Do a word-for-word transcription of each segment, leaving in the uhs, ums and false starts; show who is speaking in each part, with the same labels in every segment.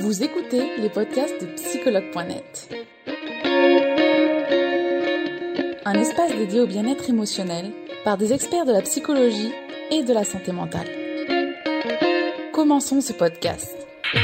Speaker 1: Vous écoutez les podcasts de psychologue point net. Un espace dédié au bien-être émotionnel par des experts de la psychologie et de la santé mentale. Commençons ce podcast.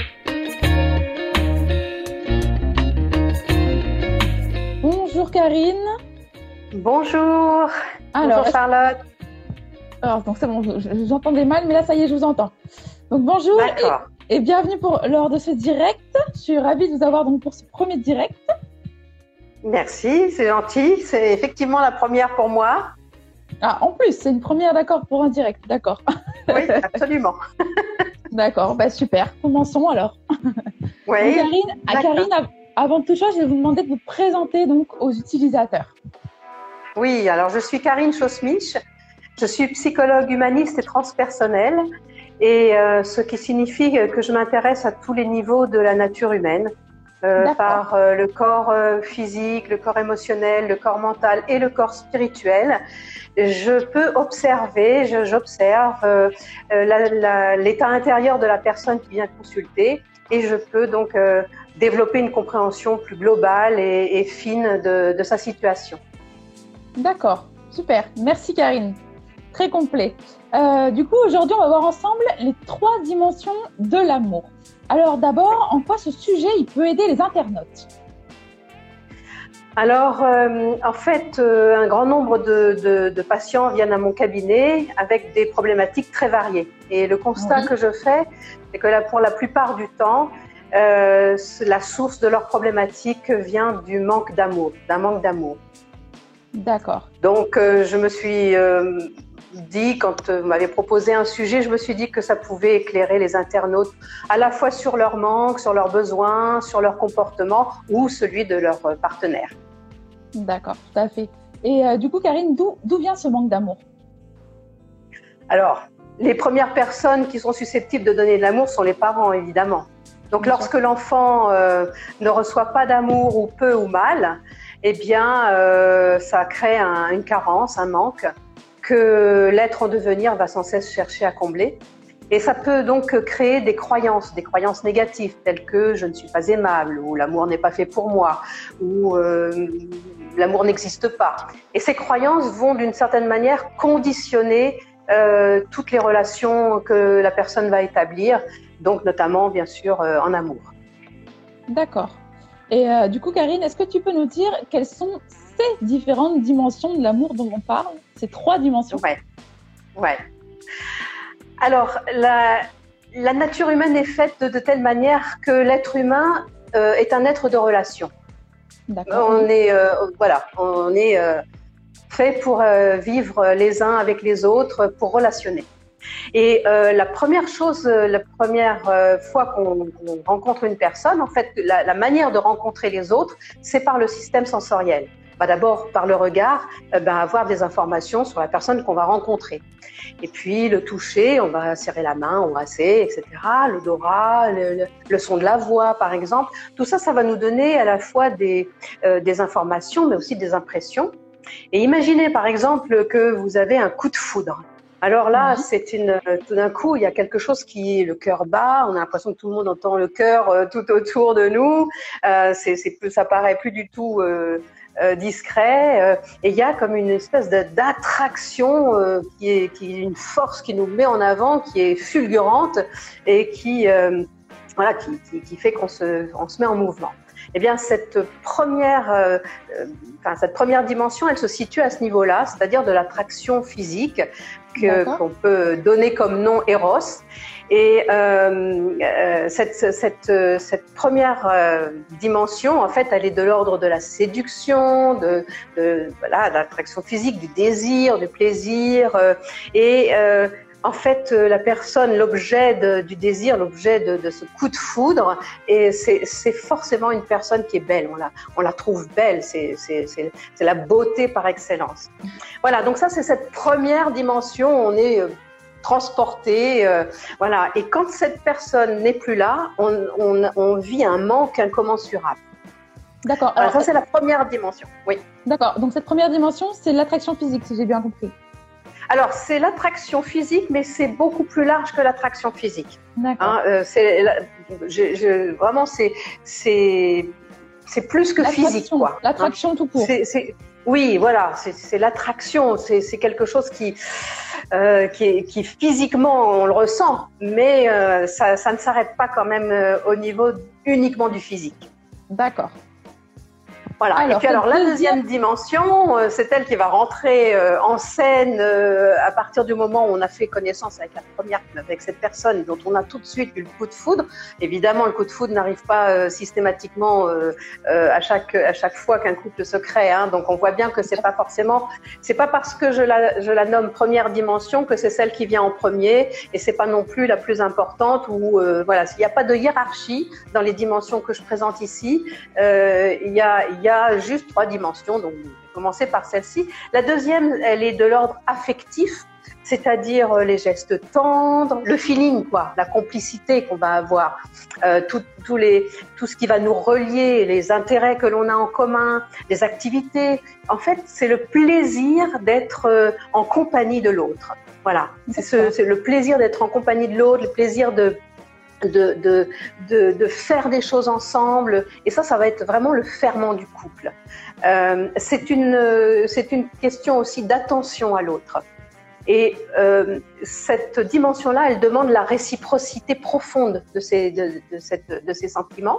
Speaker 2: Bonjour Karine.
Speaker 3: Bonjour.
Speaker 2: Alors,
Speaker 3: bonjour Charlotte.
Speaker 2: Alors, donc c'est bon, j'entendais mal, mais là ça y est, je vous entends. Donc bonjour et, et bienvenue pour, lors de ce direct. Je suis ravie de vous avoir donc pour ce premier direct.
Speaker 3: Merci, c'est gentil. C'est effectivement la première pour moi.
Speaker 2: Ah, en plus, c'est une première, d'accord, pour un direct, d'accord.
Speaker 3: Oui, absolument.
Speaker 2: D'accord, bah super. Commençons alors.
Speaker 3: Oui.
Speaker 2: Donc, Karine, à Karine, avant toute chose, je vais vous demander de vous présenter donc aux utilisateurs.
Speaker 3: Oui, alors je suis Karine Chosmich. Je suis psychologue humaniste et transpersonnelle, et euh, ce qui signifie que je m'intéresse à tous les niveaux de la nature humaine, euh, par euh, le corps euh, physique, le corps émotionnel, le corps mental et le corps spirituel. Je peux observer, je, j'observe euh, la, la, l'état intérieur de la personne qui vient consulter, et je peux donc euh, développer une compréhension plus globale et, et fine de, de sa situation.
Speaker 2: D'accord, super. Merci Karine. Très complet. Euh, du coup, aujourd'hui, on va voir ensemble les trois dimensions de l'amour. Alors d'abord, en quoi ce sujet il peut aider les internautes ?
Speaker 3: Alors, euh, en fait, euh, un grand nombre de, de, de patients viennent à mon cabinet avec des problématiques très variées. Et le constat oui. que je fais, c'est que là, pour la plupart du temps, euh, la source de leurs problématiques vient du manque d'amour, d'un manque d'amour.
Speaker 2: D'accord.
Speaker 3: Donc, euh, je me suis euh, dit, quand vous m'avez proposé un sujet, je me suis dit que ça pouvait éclairer les internautes à la fois sur leur manque, sur leurs besoins, sur leur comportement ou celui de leur partenaire.
Speaker 2: D'accord, tout à fait. Et euh, du coup, Karine, d'où, d'où vient ce manque d'amour ?
Speaker 3: Alors, les premières personnes qui sont susceptibles de donner de l'amour sont les parents, évidemment. Donc, Bien lorsque sûr. l'enfant euh, ne reçoit pas d'amour ou peu ou mal, eh bien, euh, ça crée un, une carence, un manque que l'être en devenir va sans cesse chercher à combler. Et ça peut donc créer des croyances, des croyances négatives, telles que je ne suis pas aimable, ou l'amour n'est pas fait pour moi, ou euh, l'amour n'existe pas. Et ces croyances vont d'une certaine manière conditionner euh, toutes les relations que la personne va établir, donc notamment bien sûr euh, en amour.
Speaker 2: D'accord. Et euh, du coup, Karine, est-ce que tu peux nous dire quelles sont ces différentes dimensions de l'amour dont on parle ? Ces trois dimensions ?
Speaker 3: Ouais, ouais. Alors, la, la nature humaine est faite de, de telle manière que l'être humain euh, est un être de relation.
Speaker 2: D'accord.
Speaker 3: On est, euh, voilà, on est euh, fait pour euh, vivre les uns avec les autres, pour relationner. Et euh, la première chose, la première euh, fois qu'on, qu'on rencontre une personne, en fait, la, la manière de rencontrer les autres, c'est par le système sensoriel. Bah, d'abord, par le regard, euh, bah, avoir des informations sur la personne qu'on va rencontrer. Et puis, le toucher, on va serrer la main, embrasser, et cetera. L'odorat, le, le, le son de la voix, par exemple. Tout ça, ça va nous donner à la fois des, euh, des informations, mais aussi des impressions. Et imaginez, par exemple, que vous avez un coup de foudre. Alors là, mmh. c'est une, tout d'un coup, il y a quelque chose qui, le cœur bat, on a l'impression que tout le monde entend le cœur euh, tout autour de nous, euh, c'est, c'est plus, ça paraît plus du tout euh, euh, discret, euh, et il y a comme une espèce de, d'attraction euh, qui est, qui est une force qui nous met en avant, qui est fulgurante et qui, euh, voilà, qui, qui, qui fait qu'on se, on se met en mouvement. Eh bien, cette première, euh, enfin, cette première dimension, elle se situe à ce niveau-là, c'est-à-dire de l'attraction physique que, qu'on peut donner comme nom Eros. Et euh, euh, cette, cette, cette première euh, dimension, en fait, elle est de l'ordre de la séduction, de, de voilà, de l'attraction physique, du désir, du plaisir, euh, et euh, en fait, la personne, l'objet de, du désir, l'objet de, de ce coup de foudre, et c'est, c'est forcément une personne qui est belle. On la, on la trouve belle. C'est, c'est, c'est, c'est la beauté par excellence. Voilà. Donc ça, c'est cette première dimension. On est euh, transporté, euh, voilà. Et quand cette personne n'est plus là, on, on, on vit un manque incommensurable.
Speaker 2: D'accord.
Speaker 3: Alors, Alors ça, c'est la première dimension. Oui.
Speaker 2: D'accord. Donc cette première dimension, c'est l'attraction physique, si j'ai bien compris.
Speaker 3: Alors, c'est l'attraction physique, mais c'est beaucoup plus large que l'attraction physique.
Speaker 2: D'accord.
Speaker 3: Hein, euh, c'est, je, je, vraiment, c'est, c'est, c'est plus que physique, quoi.
Speaker 2: L'attraction
Speaker 3: hein.
Speaker 2: tout court.
Speaker 3: C'est, c'est, oui, voilà, c'est, c'est l'attraction. C'est, c'est quelque chose qui, euh, qui, qui physiquement, on le ressent, mais euh, ça, ça ne s'arrête pas quand même euh, au niveau uniquement du physique.
Speaker 2: D'accord.
Speaker 3: Voilà. Alors, et puis alors la deuxième dimension, euh, c'est elle qui va rentrer euh, en scène euh, à partir du moment où on a fait connaissance avec la première, avec cette personne dont on a tout de suite eu le coup de foudre. Évidemment, le coup de foudre n'arrive pas euh, systématiquement euh, euh, à chaque à chaque fois qu'un couple se crée. Hein, donc on voit bien que c'est pas forcément, c'est pas parce que je la je la nomme première dimension que c'est celle qui vient en premier, et c'est pas non plus la plus importante. Ou euh, voilà, il n'y a pas de hiérarchie dans les dimensions que je présente ici. Euh, il y a il y a Il y a juste trois dimensions, donc je vais commencer par celle-ci. La deuxième, elle est de l'ordre affectif, c'est-à-dire les gestes tendres, le feeling, quoi, la complicité qu'on va avoir, euh, tout, tout, les, tout ce qui va nous relier, les intérêts que l'on a en commun, les activités. En fait, c'est le plaisir d'être euh, en compagnie de l'autre. Voilà, c'est, ce, c'est le plaisir d'être en compagnie de l'autre, le plaisir de De, de, de, de faire des choses ensemble, et ça, ça va être vraiment le ferment du couple. Euh, c'est une, c'est une question aussi d'attention à l'autre. Et euh, cette dimension-là, elle demande la réciprocité profonde de ces, de, de cette, de ces sentiments,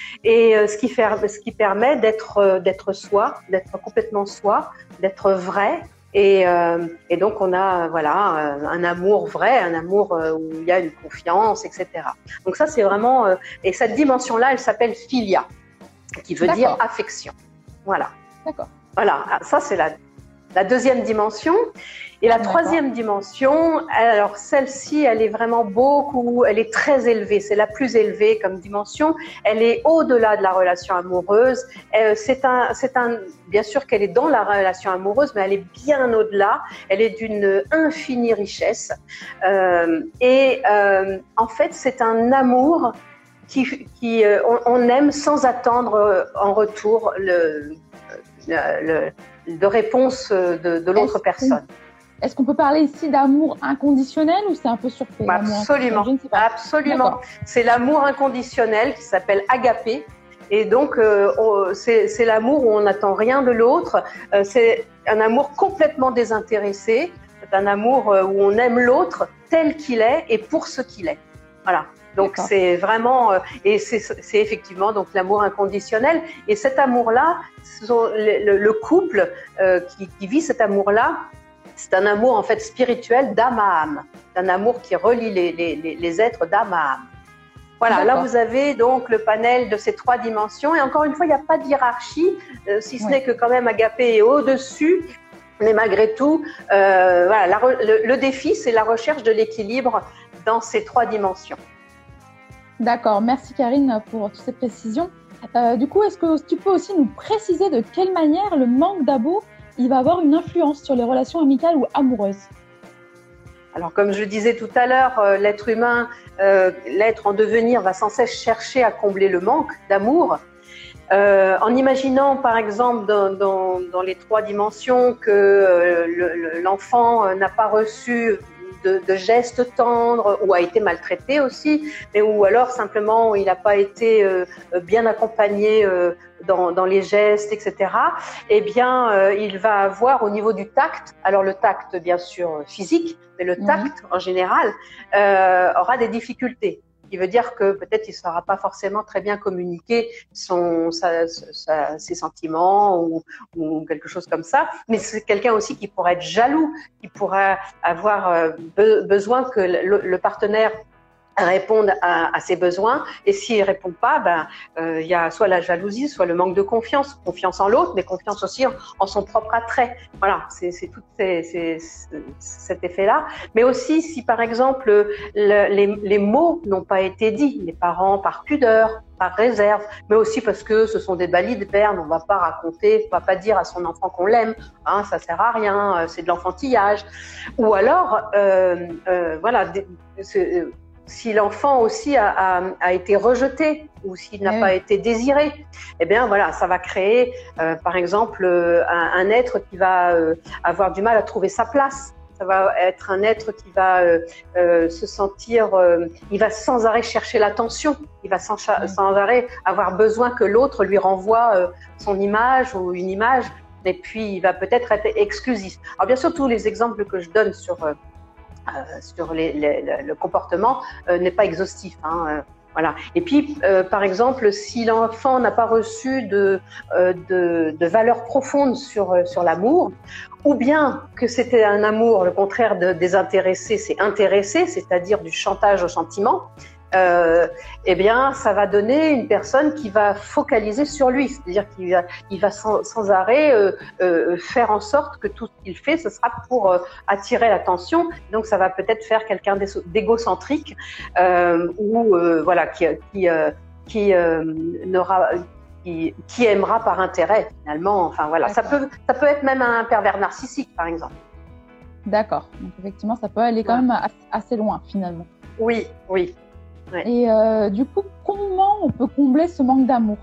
Speaker 3: et euh, ce qui fait, ce qui permet d'être, d'être soi, d'être complètement soi, d'être vrai. Et, euh, et donc on a voilà un amour vrai, un amour où il y a une confiance, et cetera. Donc ça c'est vraiment euh, et cette dimension-là, elle s'appelle philia, qui veut D'accord. dire affection. Voilà.
Speaker 2: D'accord.
Speaker 3: Voilà. Ça c'est la la deuxième dimension. Et la D'accord. troisième dimension, alors celle-ci, elle est vraiment beaucoup, elle est très élevée, c'est la plus élevée comme dimension. Elle est au-delà de la relation amoureuse. Euh, c'est un, c'est un, bien sûr qu'elle est dans la relation amoureuse, mais elle est bien au-delà. Elle est d'une infinie richesse. Euh, et euh, en fait, c'est un amour qui, qui euh, on, on aime sans attendre en retour le, le, le de réponse de, de l'autre
Speaker 2: est-ce
Speaker 3: personne.
Speaker 2: Est-ce qu'on peut parler ici d'amour inconditionnel ou c'est un peu surfait?
Speaker 3: Absolument, absolument. C'est l'amour inconditionnel qui s'appelle agapé. Et donc, euh, on, c'est, c'est l'amour où on n'attend rien de l'autre. Euh, c'est un amour complètement désintéressé. C'est un amour où on aime l'autre tel qu'il est et pour ce qu'il est. Voilà. Donc D'accord. c'est vraiment euh, et c'est, c'est effectivement donc l'amour inconditionnel. Et cet amour-là, le, le, le couple euh, qui, qui vit cet amour-là, c'est un amour en fait spirituel d'âme à âme. C'est un amour qui relie les, les, les êtres d'âme à âme. Voilà, D'accord. Là vous avez donc le panel de ces trois dimensions. Et encore une fois, il n'y a pas de hiérarchie, euh, si ce oui. n'est que quand même agapé est au-dessus. Mais malgré tout, euh, voilà, la, le, le défi, c'est la recherche de l'équilibre dans ces trois dimensions.
Speaker 2: D'accord, merci Karine pour toutes ces précisions. Euh, du coup, est-ce que tu peux aussi nous préciser de quelle manière le manque d'amour il va avoir une influence sur les relations amicales ou amoureuses?
Speaker 3: Alors, comme je le disais tout à l'heure, euh, l'être humain, euh, l'être en devenir va sans cesse chercher à combler le manque d'amour. Euh, en imaginant, par exemple, dans, dans, dans les trois dimensions que euh, le, l'enfant euh, n'a pas reçu De, de gestes tendres ou a été maltraité aussi, mais ou alors simplement il n'a pas été euh, bien accompagné euh, dans, dans les gestes, et cetera. Eh bien, euh, il va avoir au niveau du tact, alors le tact bien sûr physique, mais le tact mmh. en général euh, aura des difficultés. Ce qui veut dire que peut-être il ne saura pas forcément très bien communiquer son, sa, sa, ses sentiments ou, ou quelque chose comme ça. Mais c'est quelqu'un aussi qui pourrait être jaloux, qui pourrait avoir be- besoin que le, le partenaire réponde à, à ses besoins. Et s'il ne répond pas, ben, euh, y a soit la jalousie, soit le manque de confiance. Confiance en l'autre, mais confiance aussi en, en son propre attrait. Voilà, c'est, c'est tout ces, ces, cet effet-là. Mais aussi, si par exemple, le, les, les mots n'ont pas été dits, les parents par pudeur, par réserve, mais aussi parce que ce sont des balivernes, on ne va pas raconter, on ne va pas dire à son enfant qu'on l'aime, hein, ça ne sert à rien, c'est de l'enfantillage. Ou alors, euh, euh, voilà, c'est, si l'enfant aussi a, a, a été rejeté ou s'il n'a oui. pas été désiré, eh bien voilà, ça va créer, euh, par exemple, euh, un, un être qui va euh, avoir du mal à trouver sa place. Ça va être un être qui va euh, euh, se sentir, euh, il va sans arrêt chercher l'attention, il va sans, sans arrêt avoir besoin que l'autre lui renvoie euh, son image ou une image, et puis il va peut-être être exclusif. Alors bien sûr, tous les exemples que je donne sur, euh, sur les, les, le comportement euh, n'est pas exhaustif, hein, euh, voilà. Et puis, euh, par exemple, si l'enfant n'a pas reçu de, euh, de, de valeurs profondes sur, euh, sur l'amour, ou bien que c'était un amour, le contraire de désintéressé, c'est intéressé, c'est-à-dire du chantage au sentiment, euh, eh bien, ça va donner une personne qui va focaliser sur lui, c'est-à-dire qu'il va, il va sans, sans arrêt euh, euh, faire en sorte que tout ce qu'il fait, ce sera pour euh, attirer l'attention. Donc, ça va peut-être faire quelqu'un d'égocentrique euh, ou euh, voilà qui qui euh, qui euh, n'aura qui, qui aimera par intérêt finalement. Enfin voilà, ça peut ça peut être même un pervers narcissique par exemple.
Speaker 2: D'accord. Donc effectivement, ça peut aller quand ouais. même assez loin finalement.
Speaker 3: Oui, oui. Ouais.
Speaker 2: Et euh, du coup, comment on peut combler ce manque d'amour?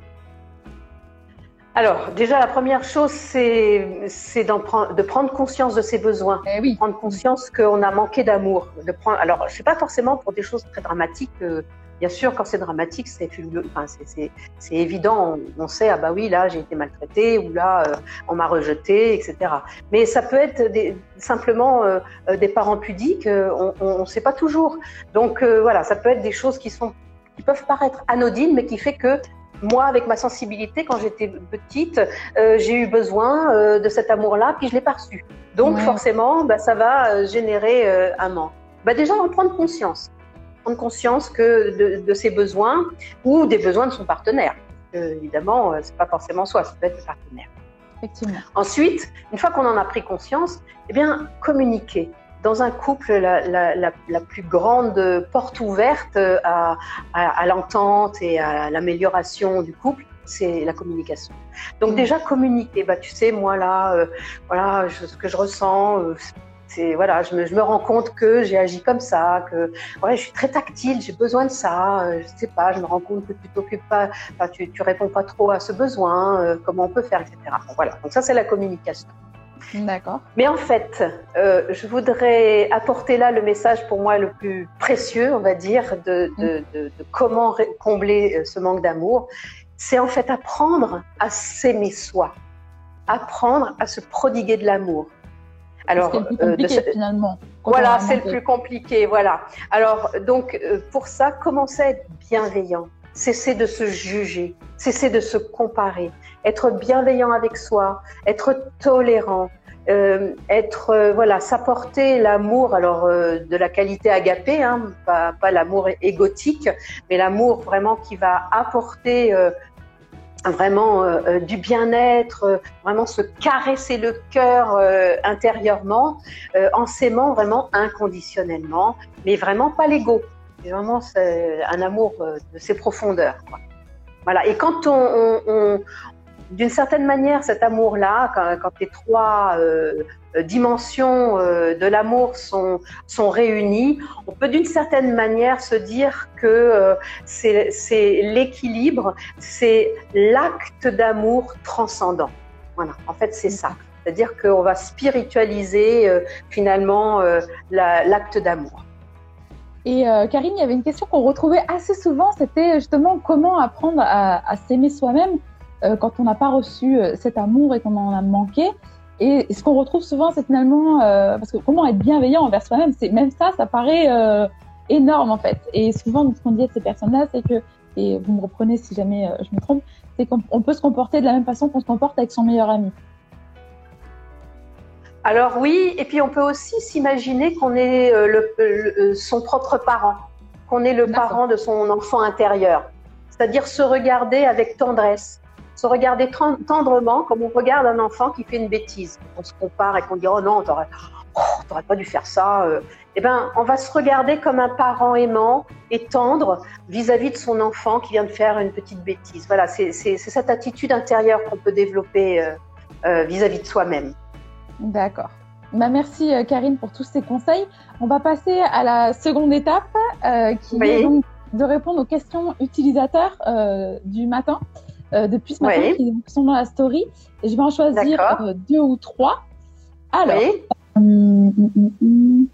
Speaker 3: Alors, déjà, la première chose, c'est, c'est d'en prendre, de prendre conscience de ses besoins.
Speaker 2: Eh oui.
Speaker 3: Prendre conscience qu'on a manqué d'amour. De prendre, alors, c'est pas forcément pour des choses très dramatiques. Euh, bien sûr, quand c'est dramatique, c'est, enfin, c'est, c'est, c'est évident. On, on sait, ah bah oui, là, j'ai été maltraitée, ou là, euh, on m'a rejetée, et cetera. Mais ça peut être des, simplement euh, des parents pudiques. Euh, on ne sait pas toujours. Donc, euh, voilà, ça peut être des choses qui sont, qui peuvent paraître anodines, mais qui fait que moi, avec ma sensibilité, quand j'étais petite, euh, j'ai eu besoin euh, de cet amour-là, puis je l'ai pas reçu. Donc, ouais. forcément, bah, ça va euh, générer euh, un manque. Bah, déjà, en prendre conscience. Prendre conscience que de, de ses besoins ou des besoins de son partenaire. Euh, évidemment, euh, c'est pas forcément soi, ça peut être le partenaire.
Speaker 2: Effectivement.
Speaker 3: Ensuite, une fois qu'on en a pris conscience, eh bien, communiquer. Dans un couple, la, la, la, la plus grande porte ouverte à, à, à l'entente et à l'amélioration du couple, c'est la communication. Donc mmh. déjà communiquer. Bah tu sais, moi là, euh, voilà, je, ce que je ressens, euh, c'est voilà, je me, je me rends compte que j'ai agi comme ça, que ouais, je suis très tactile, j'ai besoin de ça. Euh, je sais pas, je me rends compte que tu t'occupes pas, enfin, tu, tu réponds pas trop à ce besoin. Euh, comment on peut faire, et cetera. Bon, voilà. Donc ça, c'est la communication.
Speaker 2: D'accord.
Speaker 3: Mais en fait, euh, je voudrais apporter là le message pour moi le plus précieux, on va dire, de, de, de, de comment combler ce manque d'amour. C'est en fait apprendre à s'aimer soi, apprendre à se prodiguer de l'amour.
Speaker 2: Alors, c'est le plus compliqué, euh, de... finalement.
Speaker 3: Voilà, c'est le plus compliqué, voilà. Alors, donc, euh, pour ça, commencer à être bienveillant, cesser de se juger, cesser de se comparer, être bienveillant avec soi, être tolérant, euh, être euh, voilà, s'apporter l'amour, alors euh, de la qualité agapée, hein, pas, pas l'amour égotique, mais l'amour vraiment qui va apporter euh, vraiment euh, du bien-être, euh, vraiment se caresser le cœur euh, intérieurement, euh, en s'aimant vraiment inconditionnellement, mais vraiment pas l'ego. C'est vraiment c'est un amour euh, de ses profondeurs, quoi. Voilà. Et quand on, on, on d'une certaine manière, cet amour-là, quand, quand les trois euh, dimensions euh, de l'amour sont, sont réunies, on peut d'une certaine manière se dire que euh, c'est, c'est l'équilibre, c'est l'acte d'amour transcendant. Voilà, en fait, c'est ça. C'est-à-dire qu'on va spiritualiser euh, finalement euh, la, l'acte d'amour.
Speaker 2: Et euh, Karine, il y avait une question qu'on retrouvait assez souvent, c'était justement comment apprendre à, à s'aimer soi-même euh, quand on n'a pas reçu euh, cet amour et qu'on en a manqué. Et ce qu'on retrouve souvent, c'est finalement, euh, parce que comment être bienveillant envers soi-même, c'est même ça, ça paraît euh, énorme en fait. Et souvent, ce qu'on dit à ces personnes-là, c'est que, et vous me reprenez si jamais euh, je me trompe, c'est qu'on on peut se comporter de la même façon qu'on se comporte avec son meilleur ami.
Speaker 3: Alors oui, et puis on peut aussi s'imaginer qu'on est euh, le, le, son propre parent, qu'on est le D'accord. parent de son enfant intérieur. C'est-à-dire se regarder avec tendresse, se regarder tendrement comme on regarde un enfant qui fait une bêtise. On se compare et qu'on dit « Oh non, t'aurais, oh, t'aurais pas dû faire ça ». Eh bien, on va se regarder comme un parent aimant et tendre vis-à-vis de son enfant qui vient de faire une petite bêtise. Voilà, c'est, c'est, c'est cette attitude intérieure qu'on peut développer euh, euh, vis-à-vis de soi-même.
Speaker 2: D'accord. Bah, merci Karine pour tous ces conseils. On va passer à la seconde étape euh, qui oui. est donc de répondre aux questions utilisateurs euh, du matin, euh, depuis ce matin, oui. qui sont dans la story. Et je vais en choisir euh, deux ou trois. Alors, oui. Hum, hum, hum, hum.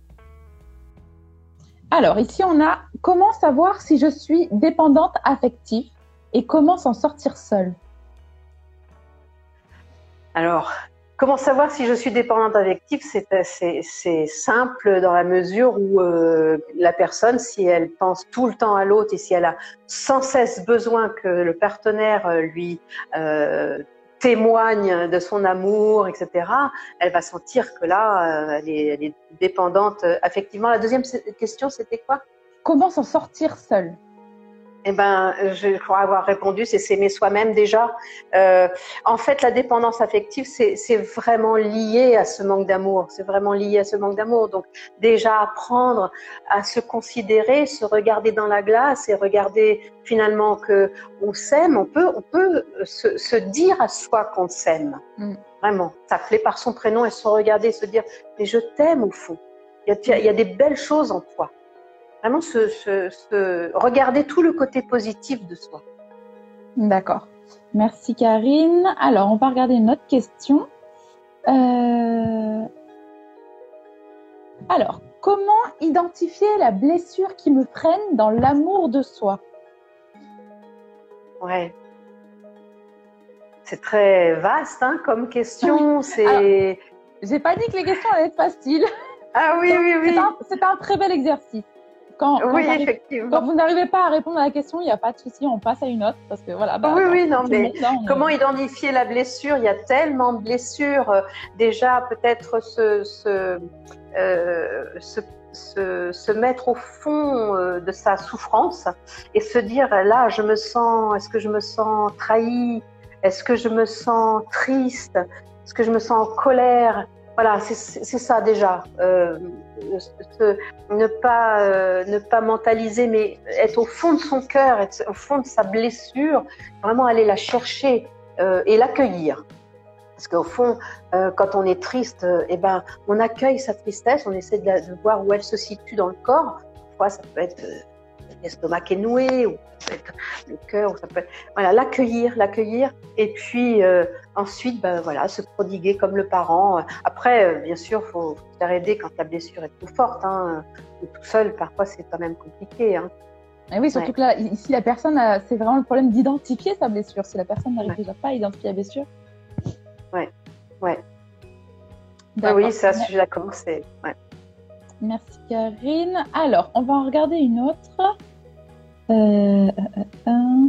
Speaker 2: Alors, ici, on a comment savoir si je suis dépendante affective et comment s'en sortir seule.
Speaker 3: Alors, comment savoir si je suis dépendante affective? C'est, c'est, c'est simple dans la mesure où euh, la personne, si elle pense tout le temps à l'autre et si elle a sans cesse besoin que le partenaire lui euh, témoigne de son amour, et cetera, elle va sentir que là, euh, elle, est, elle est dépendante affectivement. La deuxième question, c'était quoi?
Speaker 2: Comment s'en sortir seule?
Speaker 3: Eh ben, je crois avoir répondu, c'est s'aimer soi-même déjà. Euh, en fait, la dépendance affective, c'est, c'est vraiment lié à ce manque d'amour. C'est vraiment lié à ce manque d'amour. Donc, déjà apprendre à se considérer, se regarder dans la glace et regarder finalement que on s'aime. On peut, on peut se, se dire à soi qu'on s'aime. Mm. Vraiment, s'appeler par son prénom et se regarder, se dire, mais je t'aime au fond. Il y a, il y a des belles choses en toi. Vraiment se, se, se regarder tout le côté positif de soi.
Speaker 2: D'accord. Merci Karine. Alors, on va regarder une autre question. Euh... Alors, comment identifier la blessure qui me freine dans l'amour de soi?
Speaker 3: Ouais. C'est très vaste hein, comme question. C'est... Alors,
Speaker 2: j'ai pas dit que les questions allaient être faciles.
Speaker 3: Ah oui, oui, oui.
Speaker 2: C'est un, c'est un très bel exercice. Quand, quand,
Speaker 3: oui, effectivement.
Speaker 2: Quand vous n'arrivez pas à répondre à la question, il n'y a pas de souci, on passe à une autre parce que voilà. Bah,
Speaker 3: oui, oui, non, mais
Speaker 2: monde, là,
Speaker 3: comment
Speaker 2: est...
Speaker 3: identifier la blessure? Il y a tellement de blessures. Déjà, peut-être se, se, euh, se, se, se mettre au fond de sa souffrance et se dire là, je me sens. Est-ce que je me sens trahi? Est-ce que je me sens triste? Est-ce que je me sens en colère? Voilà, c'est, c'est ça déjà. Euh, se, ne pas euh, ne pas mentaliser, mais être au fond de son cœur, être au fond de sa blessure, vraiment aller la chercher euh, et l'accueillir. Parce qu'au fond, euh, quand on est triste, euh, eh ben, on accueille sa tristesse, on essaie de, la, de voir où elle se situe dans le corps. Parfois, ça peut être euh, l'estomac qui est noué, ou ça peut être le cœur, ou ça peut être... Voilà, l'accueillir, l'accueillir, et puis euh, ensuite, ben, voilà, se prodiguer comme le parent. Après, euh, bien sûr, il faut se faire aider quand la blessure est trop forte. Hein. Tout seul, parfois, c'est quand même compliqué. Hein.
Speaker 2: Et oui, surtout ouais. que là, ici, la personne, a, c'est vraiment le problème d'identifier sa blessure. Si la personne n'arrive ouais. déjà pas à identifier la blessure.
Speaker 3: Ouais, ouais. Oui, ça, je suis d'accord. C'est... Ouais.
Speaker 2: Merci Karine. Alors, on va en regarder une autre. Euh, euh, euh.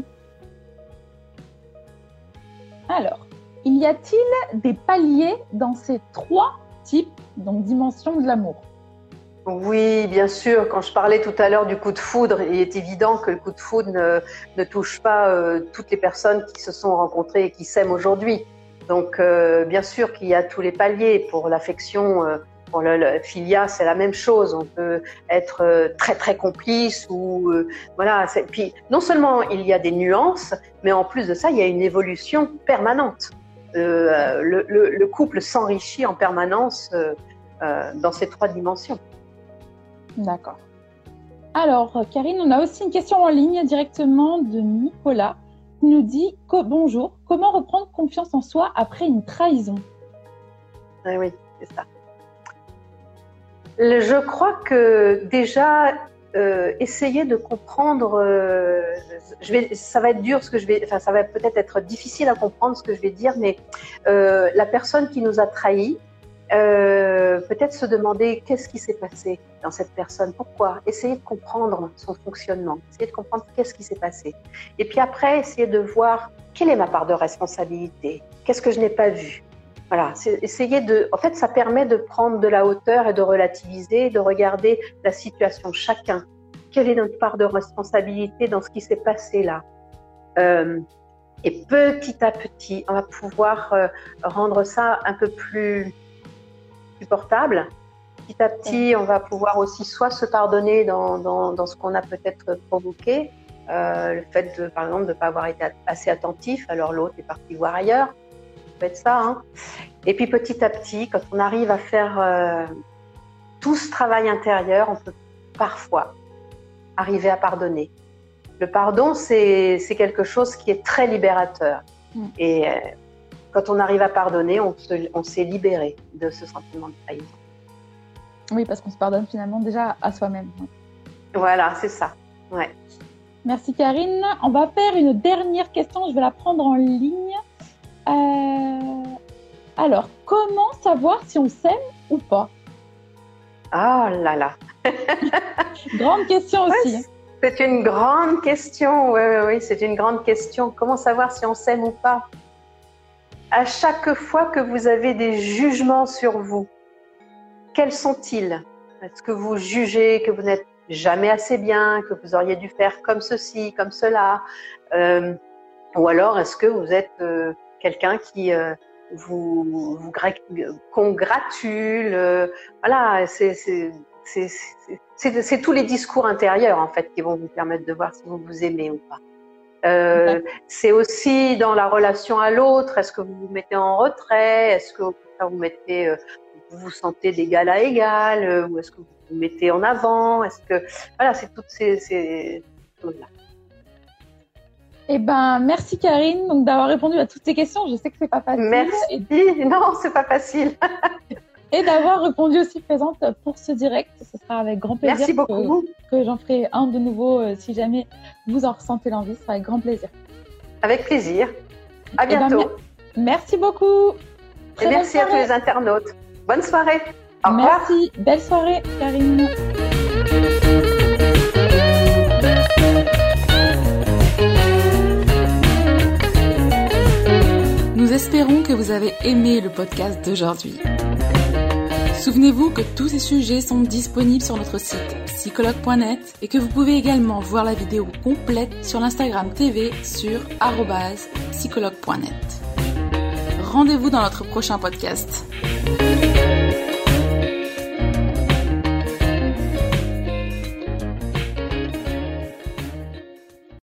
Speaker 2: Alors, il y a-t-il des paliers dans ces trois types, donc dimensions de l'amour?
Speaker 3: Oui, bien sûr. Quand je parlais tout à l'heure du coup de foudre, il est évident que le coup de foudre ne, ne touche pas euh, toutes les personnes qui se sont rencontrées et qui s'aiment aujourd'hui. Donc, euh, bien sûr qu'il y a tous les paliers pour l'affection. Euh, Pour le, le filia, c'est la même chose. On peut être euh, très très complice ou euh, voilà. C'est... Puis non seulement il y a des nuances, mais en plus de ça, il y a une évolution permanente. Euh, le, le, le couple s'enrichit en permanence euh, euh, dans ces trois dimensions.
Speaker 2: D'accord. Alors, Karine, on a aussi une question en ligne directement de Nicolas qui nous dit « Bonjour, comment reprendre confiance en soi après une trahison ?»
Speaker 3: Ah oui, c'est ça. Je crois que déjà, euh, essayer de comprendre, euh, je vais, ça va être dur ce que je vais, enfin ça va peut-être être difficile à comprendre ce que je vais dire, mais euh, la personne qui nous a trahis, euh, peut-être se demander qu'est-ce qui s'est passé dans cette personne, pourquoi, essayer de comprendre son fonctionnement, essayer de comprendre qu'est-ce qui s'est passé. Et puis après, essayer de voir quelle est ma part de responsabilité, qu'est-ce que je n'ai pas vu. Voilà, c'est essayer de. En fait, ça permet de prendre de la hauteur et de relativiser, de regarder la situation chacun. Quelle est notre part de responsabilité dans ce qui s'est passé là euh, Et petit à petit, on va pouvoir euh, rendre ça un peu plus supportable. Petit à petit, on va pouvoir aussi soit se pardonner dans, dans, dans ce qu'on a peut-être provoqué, euh, le fait, de, par exemple, de ne pas avoir été assez attentif, alors l'autre est parti voir ailleurs. Ça peut être ça. Hein. Et puis petit à petit, quand on arrive à faire euh, tout ce travail intérieur, on peut parfois arriver à pardonner. Le pardon, c'est, c'est quelque chose qui est très libérateur. Mmh. Et euh, quand on arrive à pardonner, on, se, on s'est libéré de ce sentiment de trahison.
Speaker 2: Oui, parce qu'on se pardonne finalement déjà à soi-même.
Speaker 3: Voilà, c'est ça. Ouais.
Speaker 2: Merci Karine. On va faire une dernière question, je vais la prendre en ligne. Euh... Alors, comment savoir si on s'aime ou pas?
Speaker 3: Ah là là.
Speaker 2: Grande question aussi.
Speaker 3: Ouais, c'est une grande question. Oui, oui, oui, c'est une grande question. Comment savoir si on s'aime ou pas? À chaque fois que vous avez des jugements sur vous, quels sont-ils? Est-ce que vous jugez que vous n'êtes jamais assez bien, que vous auriez dû faire comme ceci, comme cela, euh, ou alors est-ce que vous êtes euh, quelqu'un qui euh, vous, vous congratule, euh, voilà, c'est, c'est, c'est, c'est, c'est, c'est tous les discours intérieurs en fait qui vont vous permettre de voir si vous vous aimez ou pas. Euh, c'est aussi dans la relation à l'autre, est-ce que vous vous mettez en retrait, est-ce que vous mettez, euh, vous vous sentez d'égal à égal, euh, ou est-ce que vous vous mettez en avant, est-ce que, voilà, c'est toutes ces, ces choses-là.
Speaker 2: Eh ben, merci Karine donc d'avoir répondu à toutes ces questions. Je sais que c'est pas facile.
Speaker 3: Merci. Et... Non, c'est pas facile.
Speaker 2: Et d'avoir répondu aussi présente pour ce direct. Ce sera avec grand plaisir.
Speaker 3: Merci beaucoup.
Speaker 2: Que, que j'en ferai un de nouveau euh, si jamais vous en ressentez l'envie. Ce sera avec grand plaisir.
Speaker 3: Avec plaisir. À bientôt.
Speaker 2: Eh ben, merci beaucoup.
Speaker 3: Très Et merci à tous les internautes. Bonne soirée. Au revoir.
Speaker 2: Merci. Belle soirée, Karine.
Speaker 1: Nous espérons que vous avez aimé le podcast d'aujourd'hui. Souvenez-vous que tous ces sujets sont disponibles sur notre site psychologue point net et que vous pouvez également voir la vidéo complète sur l'Instagram T V sur arobase psychologue point net. Rendez-vous dans notre prochain podcast.